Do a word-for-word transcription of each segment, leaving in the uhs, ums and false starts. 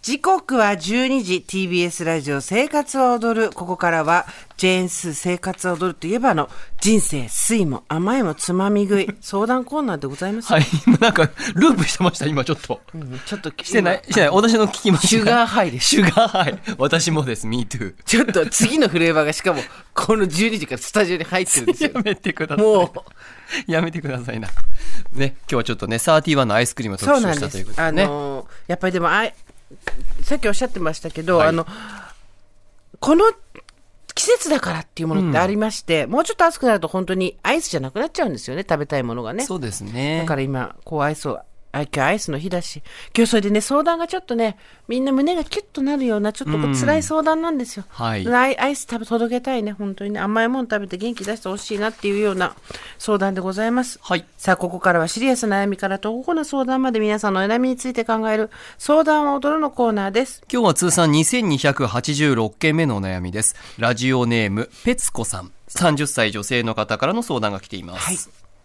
時刻はじゅうにじ、 ティービーエス ラジオ生活は踊る。ここからはジェーンスー生活は踊るといえばの人生酸いも甘いもつまみ食い相談コーナーでございます。 はい、なんかループしてました今ちょっと、 うん、ちょっとしてないしてない私の聞きました。 シュガーハイです。 シュガーハイ、私もです。 Me too。 ちょっと次のフレーバーがしかもこのじゅうにじからスタジオに入ってるんですよ。 やめてください。もうやめてくださいなね。今日はちょっとねサーティワンのアイスクリームを特集したということでね。 あのー、やっぱりでもあいさっきおっしゃってましたけど、はい、あのこの季節だからっていうものってありまして、うん、もうちょっと暑くなると本当にアイスじゃなくなっちゃうんですよね、食べたいものがね。 そうですね。 だから今こうアイスを今日アイスの日だし、今日それでね相談がちょっとねみんな胸がキュッとなるようなちょっとこう辛い相談なんですよ、うん、はい、アイス食べ届けたいね、本当にね甘いもの食べて元気出してほしいなっていうような相談でございます、はい、さあここからはシリアスな悩みからとこな相談まで皆さんの悩みについて考える相談は踊るのコーナーです。 今日は通算にせんにひゃくはちじゅうろっけんめのお悩みです。ラジオネームペツコさん、さんじゅっさい女性の方からの相談が来ています、はい。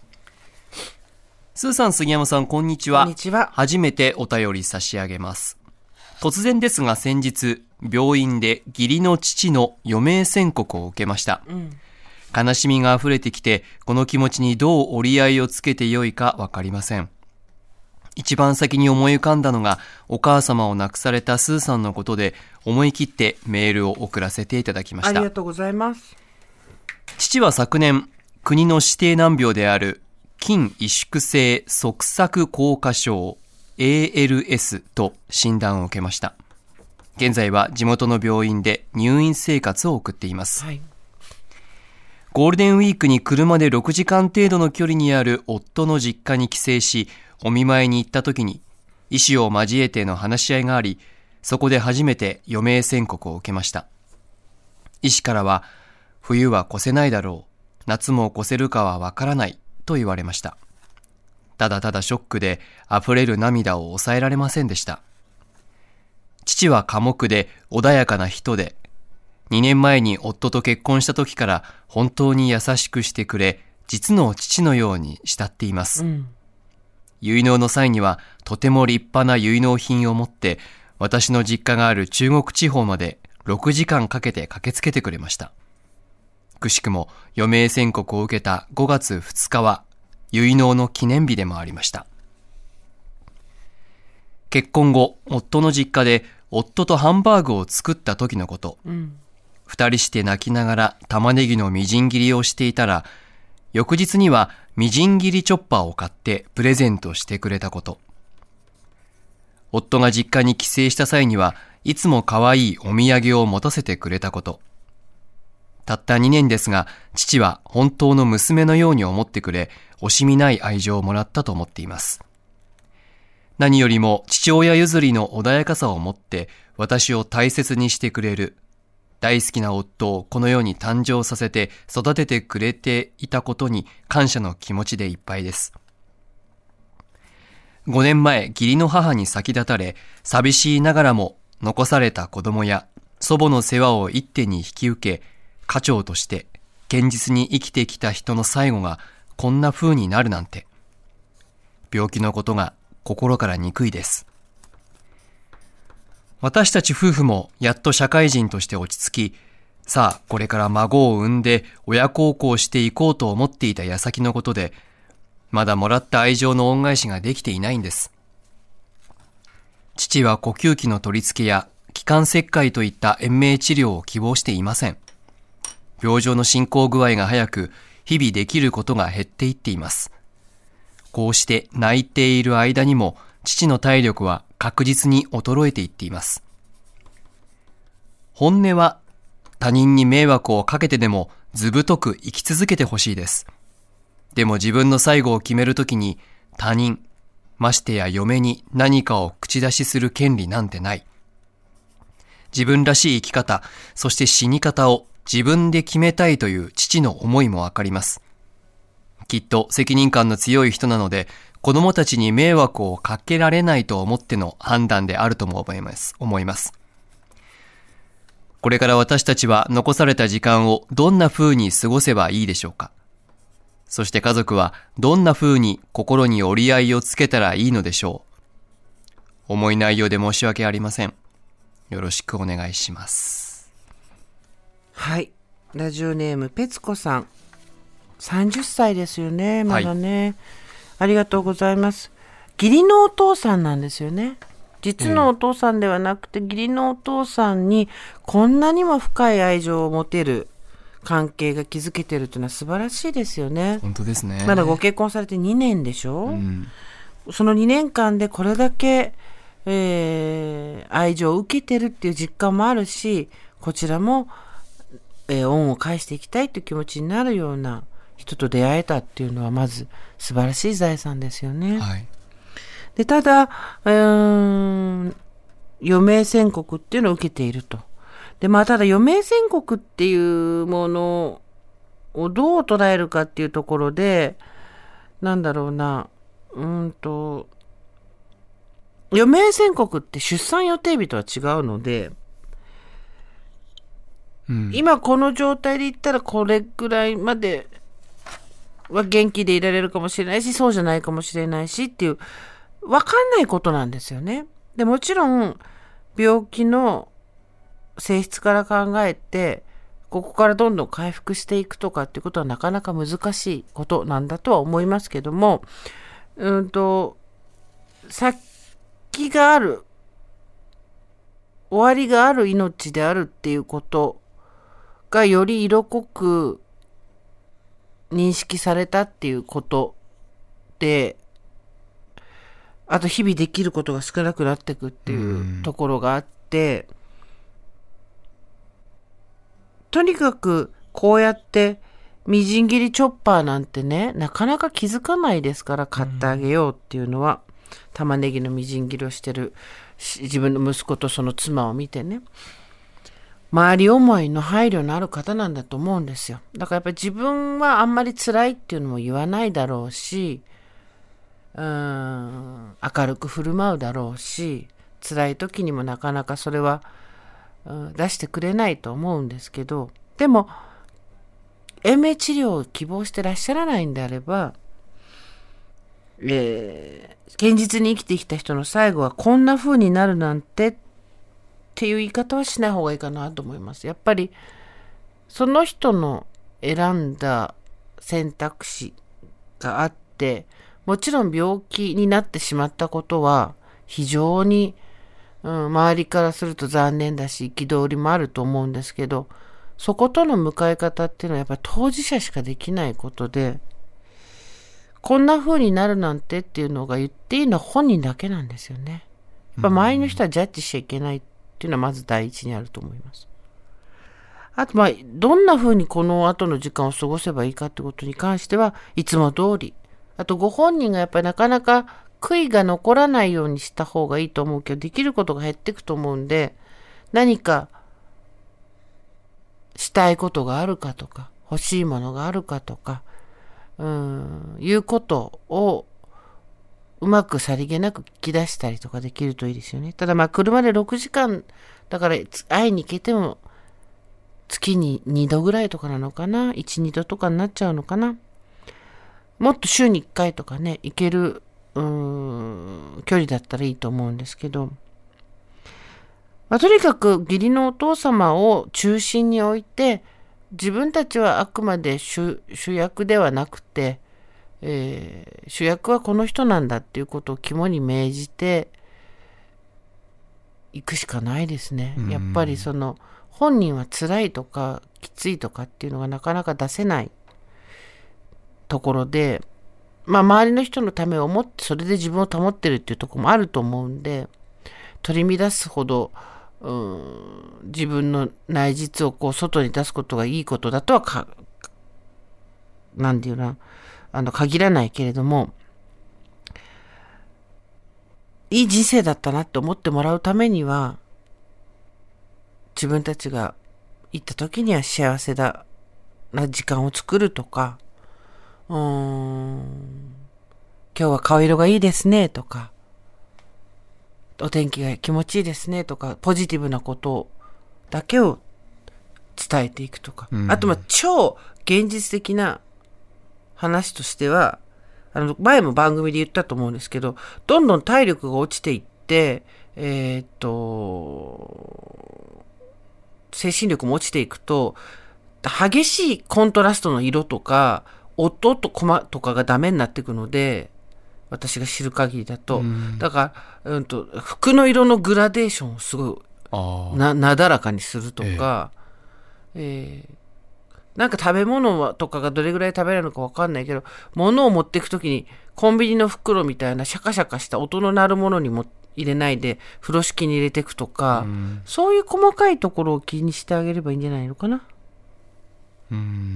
スーさん、杉山さん、こんにちは。 こんにちは。 初めてお便り差し上げます。突然ですが先日病院で義理の父の余命宣告を受けました、うん、悲しみがあふれてきてこの気持ちにどう折り合いをつけてよいかわかりません。一番先に思い浮かんだのがお母様を亡くされたスーさんのことで、思い切ってメールを送らせていただきました。 ありがとうございます。 父は昨年国の指定難病である筋萎縮性側索硬化症 エーエルエス と診断を受けました。現在は地元の病院で入院生活を送っています、はい、ゴールデンウィークに車でろくじかん程度の距離にある夫の実家に帰省し、お見舞いに行った時に医師を交えての話し合いがあり、そこで初めて余命宣告を受けました。医師からは冬は越せないだろう、夏も越せるかはわからないと言われました。ただただショックで溢れる涙を抑えられませんでした。父は寡黙で穏やかな人で、にねんまえに夫と結婚した時から本当に優しくしてくれ、実の父のように慕っています、うん、結納の際にはとても立派な結納品を持って私の実家がある中国地方までろくじかんかけて駆けつけてくれました。くしくも余命宣告を受けたごがつふつかは結納の記念日でもありました。結婚後、夫の実家で夫とハンバーグを作った時のこと、うん、二人して泣きながら玉ねぎのみじん切りをしていたら、翌日にはみじん切りチョッパーを買ってプレゼントしてくれたこと、夫が実家に帰省した際にはいつも可愛いお土産を持たせてくれたこと、たったにねんですが、父は本当の娘のように思ってくれ、惜しみない愛情をもらったと思っています。何よりも父親譲りの穏やかさを持って私を大切にしてくれる、大好きな夫をこの世に誕生させて育ててくれていたことに感謝の気持ちでいっぱいです。ごねんまえ、義理の母に先立たれ、寂しいながらも残された子供や祖母の世話を一手に引き受け、家長として現実に生きてきた人の最後がこんな風になるなんて、病気のことが心から憎いです。私たち夫婦もやっと社会人として落ち着き、さあこれから孫を産んで親孝行していこうと思っていた矢先のことで、まだもらった愛情の恩返しができていないんです。父は呼吸器の取り付けや気管切開といった延命治療を希望していません。病状の進行具合が早く、日々できることが減っていっています。こうして泣いている間にも、父の体力は確実に衰えていっています。本音は、他人に迷惑をかけてでもずぶとく生き続けてほしいです。でも自分の最後を決めるときに、他人、ましてや嫁に何かを口出しする権利なんてない。自分らしい生き方、そして死に方を自分で決めたいという父の思いもわかります。きっと責任感の強い人なので、子供たちに迷惑をかけられないと思っての判断であるとも思います。思います。これから私たちは残された時間をどんな風に過ごせばいいでしょうか。そして家族はどんな風に心に折り合いをつけたらいいのでしょう。重い内容で申し訳ありません。 よろしくお願いします。 はい。ラジオネームペツコさん。さんじゅっさいですよね。まだね。はい、ありがとうございます。義理のお父さんなんですよね。実のお父さんではなくて、義理のお父さんにこんなにも深い愛情を持てる関係が築けてるというのは素晴らしいですよね。 本当ですね。 まだご結婚されてにねんでしょ、うん、そのにねんかんでこれだけ、えー、愛情を受けてるっていう実感もあるし、こちらも、えー、恩を返していきたいという気持ちになるような人と出会えたっていうのはまず素晴らしい財産ですよね。はい、でただ、うーん、余命宣告っていうのを受けていると。で、まあ、ただ余命宣告っていうものをどう捉えるかっていうところで、なんだろうな、うーんと、余命宣告って出産予定日とは違うので、うん、今この状態で言ったらこれぐらいまでは元気でいられるかもしれないし、そうじゃないかもしれないしっていう、わかんないことなんですよね。で、もちろん、病気の性質から考えて、ここからどんどん回復していくとかっていうことはなかなか難しいことなんだとは思いますけども、うんと、先がある、終わりがある命であるっていうことがより色濃く認識されたっていうことで、あと日々できることが少なくなっていくっていうところがあって、とにかくこうやってみじん切りチョッパーなんてね、なかなか気づかないですから、買ってあげようっていうのは、玉ねぎのみじん切りをしてる自分の息子とその妻を見てね、周り思いの配慮のある方なんだと思うんですよ。だからやっぱり自分はあんまり辛いっていうのも言わないだろうし、うーん、明るく振る舞うだろうし、辛い時にもなかなかそれは、うん、出してくれないと思うんですけど、でも延命治療を希望してらっしゃらないんであれば、えー、現実に生きてきた人の最後はこんな風になるなんてっていう言い方はしない方がいいかなと思います。やっぱりその人の選んだ選択肢があって、もちろん病気になってしまったことは非常に、うん、周りからすると残念だし憤りもあると思うんですけど、そことの向かい方っていうのはやっぱり当事者しかできないことで、こんな風になるなんてっていうのが言っていいのは本人だけなんですよね。やっぱ周りの人はジャッジしちゃいけないっていうのはまず第一にあると思います。あとまあどんな風にこの後の時間を過ごせばいいかってことに関してはいつも通り、あとご本人がやっぱりなかなか悔いが残らないようにした方がいいと思うけど、できることが減っていくと思うんで、何かしたいことがあるかとか、欲しいものがあるかとか、うーん、いうことをうまくさりげなく聞き出したりとかできるといいですよね。ただまあ車でろくじかんだから会いに行けても月ににどぐらいとかなのかな、いち、にどとかになっちゃうのかな。もっと週にいっかいとかね、行けるうーん距離だったらいいと思うんですけど、まあ、とにかく義理のお父様を中心に置いて、自分たちはあくまで 主, 主役ではなくて、えー、主役はこの人なんだっていうことを肝に銘じていくしかないですね。やっぱりその本人は辛いとかきついとかっていうのがなかなか出せないところで、まあ周りの人のためを思ってそれで自分を保ってるっていうところもあると思うんで、取り乱すほどうーん自分の内実をこう外に出すことがいいことだとはかなんていうなあの限らないけれども、いい人生だったなって思ってもらうためには、自分たちが行った時には幸せだな時間を作るとか、うーん今日は顔色がいいですねとか、お天気が気持ちいいですねとか、ポジティブなことだけを伝えていくとか、うん、あとまあ超現実的な話としては、あの前も番組で言ったと思うんですけど、どんどん体力が落ちていって、えー、っと、精神力も落ちていくと、激しいコントラストの色とか、音とコマとかがダメになっていくので、私が知る限りだと。うん、だから、うんと、服の色のグラデーションをすごいな、なだらかにするとか、えーえー、なんか食べ物とかがどれぐらい食べられるのか分かんないけど、物を持っていくときにコンビニの袋みたいなシャカシャカした音の鳴るものにも入れないで風呂敷に入れていくとか、うん、そういう細かいところを気にしてあげればいいんじゃないのかな。うん、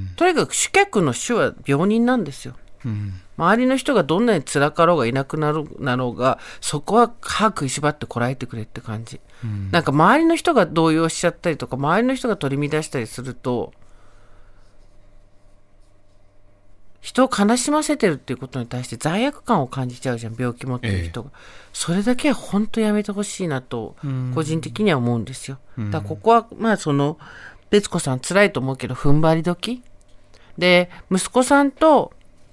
とにかく主客の主は病人なんですよ。うん、周りの人がどんなに辛かろうがいなくなるなろうが、そこは歯食いしばってこらえてくれって感じ、うん、なんか周りの人が動揺しちゃったりとか、周りの人が取り乱したりすると、人を悲しませてるっていうことに対して罪悪感を感じちゃうじゃん、病気持ってる人が、ええ、それだけは本当やめてほしいなと個人的には思うんですよ。だからここはまあその別子さん辛いと思うけど踏ん張り時で、息子さんと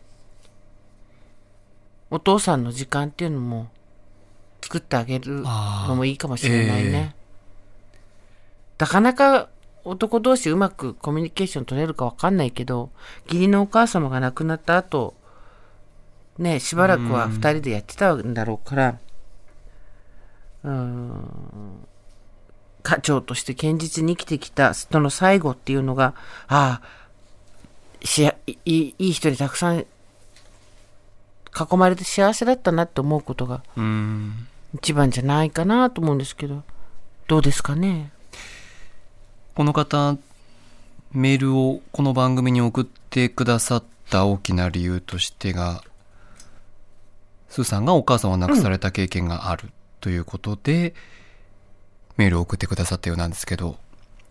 お父さんの時間っていうのも作ってあげるのもいいかもしれないね、えー、なかなか男同士うまくコミュニケーション取れるか分かんないけど、義理のお母様が亡くなった後ね、しばらくはふたりでやってたんだろうから、うーん、家長として堅実に生きてきた人の最後っていうのが、ああしやいい、いい人にたくさん囲まれて幸せだったなって思うことが一番じゃないかなと思うんですけど、どうですかね。 この方、メールをこの番組に送ってくださった大きな理由としてが、スーさんがお母さんを亡くされた経験があるということで、うん、メールを送ってくださったようなんですけど、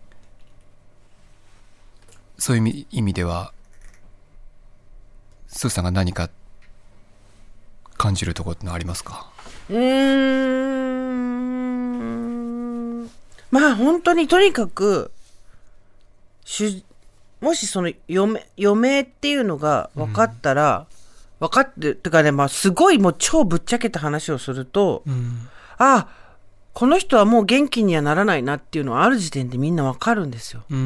そういう意味ではスーさんが何か感じるところってのはありますか？ うーん、まあ本当にとにかくもしその余命、余命っていうのが分かったら、うん、分かってるってかね、まあすごいもう超ぶっちゃけた話をすると、うん、ああこの人はもう元気にはならないなっていうのはある時点でみんな分かるんですよ。うん、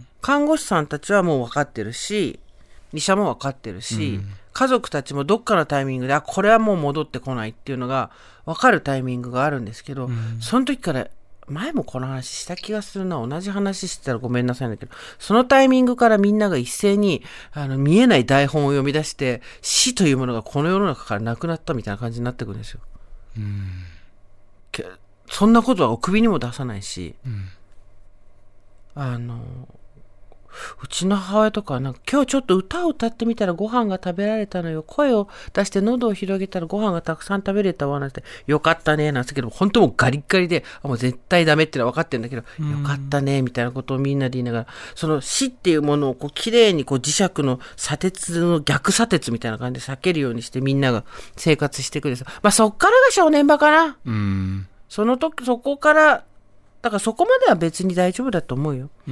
看護師さんたちはもう分かってるし、医者も分かってるし、うん、家族たちもどっかのタイミングで、あこれはもう戻ってこないっていうのが分かるタイミングがあるんですけど、うん、その時から前もこの話した気がするな、同じ話してたらごめんなさいんだけど、そのタイミングからみんなが一斉にあの見えない台本を読み出して、死というものがこの世の中からなくなったみたいな感じになってくるんですよ。うん、そんなことはお首にも出さないし、うん、あのうちの母親とかはなんか今日ちょっと歌を歌ってみたらご飯が食べられたのよ、声を出して喉を広げたらご飯がたくさん食べれたわなんて、よかったねなんてけど、本当もうガリッガリで、あもう絶対ダメってのは分かってるんだけど、よかったねみたいなことをみんなで言いながら、その死っていうものをこう綺麗にこう磁石の砂鉄の逆砂鉄みたいな感じで避けるようにしてみんなが生活していくんですよ。まあそっからが正念場かな。うん、その時そこからだからそこまでは別に大丈夫だと思うよ。うん、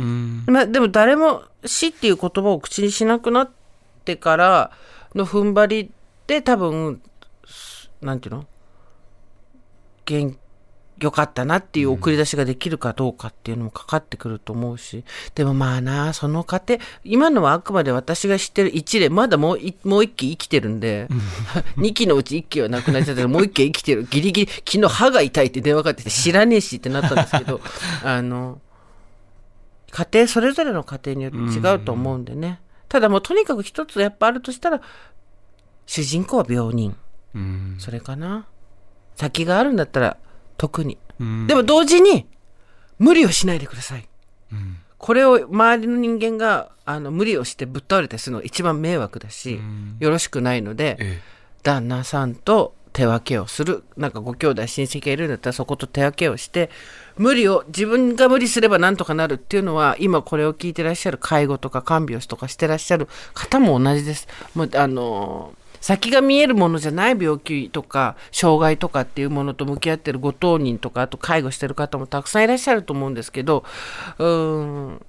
まあ、でも誰も死っていう言葉を口にしなくなってからの踏ん張りで多分なんていうの元よかったなっていう送り出しができるかどうかっていうのもかかってくると思うし、でもまあなその過程、今のはあくまで私が知ってる一例、まだもういもう一機生きてるんでに機のうちいっ機は亡くなっちゃったけどもう一機生きてる、ギリギリ昨日歯が痛いって電話かかってきて知らねえしってなったんですけどあの家庭それぞれの家庭によって違うと思うんでね、ただもうとにかく一つやっぱあるとしたら主人公は病人、それかな。先があるんだったら特に、うん、でも同時に無理をしないでください、うん、これを周りの人間があの無理をしてぶっ倒れたりするのが一番迷惑だし、うん、よろしくないので、ええ、旦那さんと手分けをする、なんかご兄弟親戚がいるんだったらそこと手分けをして、無理を自分が無理すればなんとかなるっていうのは今これを聞いてらっしゃる介護とか看病師とかしてらっしゃる方も同じです。もうあのー先が見えるものじゃない病気とか障害とかっていうものと向き合ってるご当人とか、あと介護してる方もたくさんいらっしゃると思うんですけど、うーん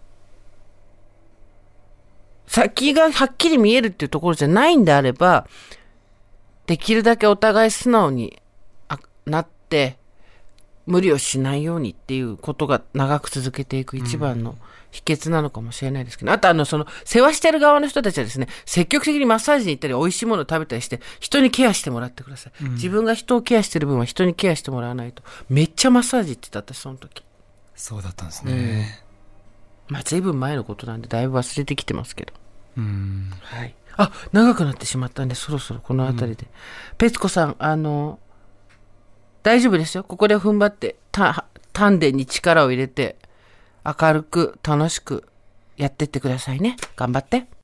先がはっきり見えるっていうところじゃないんであれば、できるだけお互い素直になって無理をしないようにっていうことが長く続けていく一番の秘訣なのかもしれないですけど、あとあの、その、世話してる側の人たちはですね、積極的にマッサージに行ったり、美味しいものを食べたりして、人にケアしてもらってください。うん、自分が人をケアしてる分は人にケアしてもらわないと。めっちゃマッサージ行ってた、私、その時。 そうだったんですね。 うん、まあ、随分前のことなんで、だいぶ忘れてきてますけど。 うん。 はい。あ、長くなってしまったんで、そろそろこの辺りで。うん、ペツコさん、あの、大丈夫ですよ。ここで踏ん張って、た丹田に力を入れて、明るく楽しくやってってくださいね。頑張って。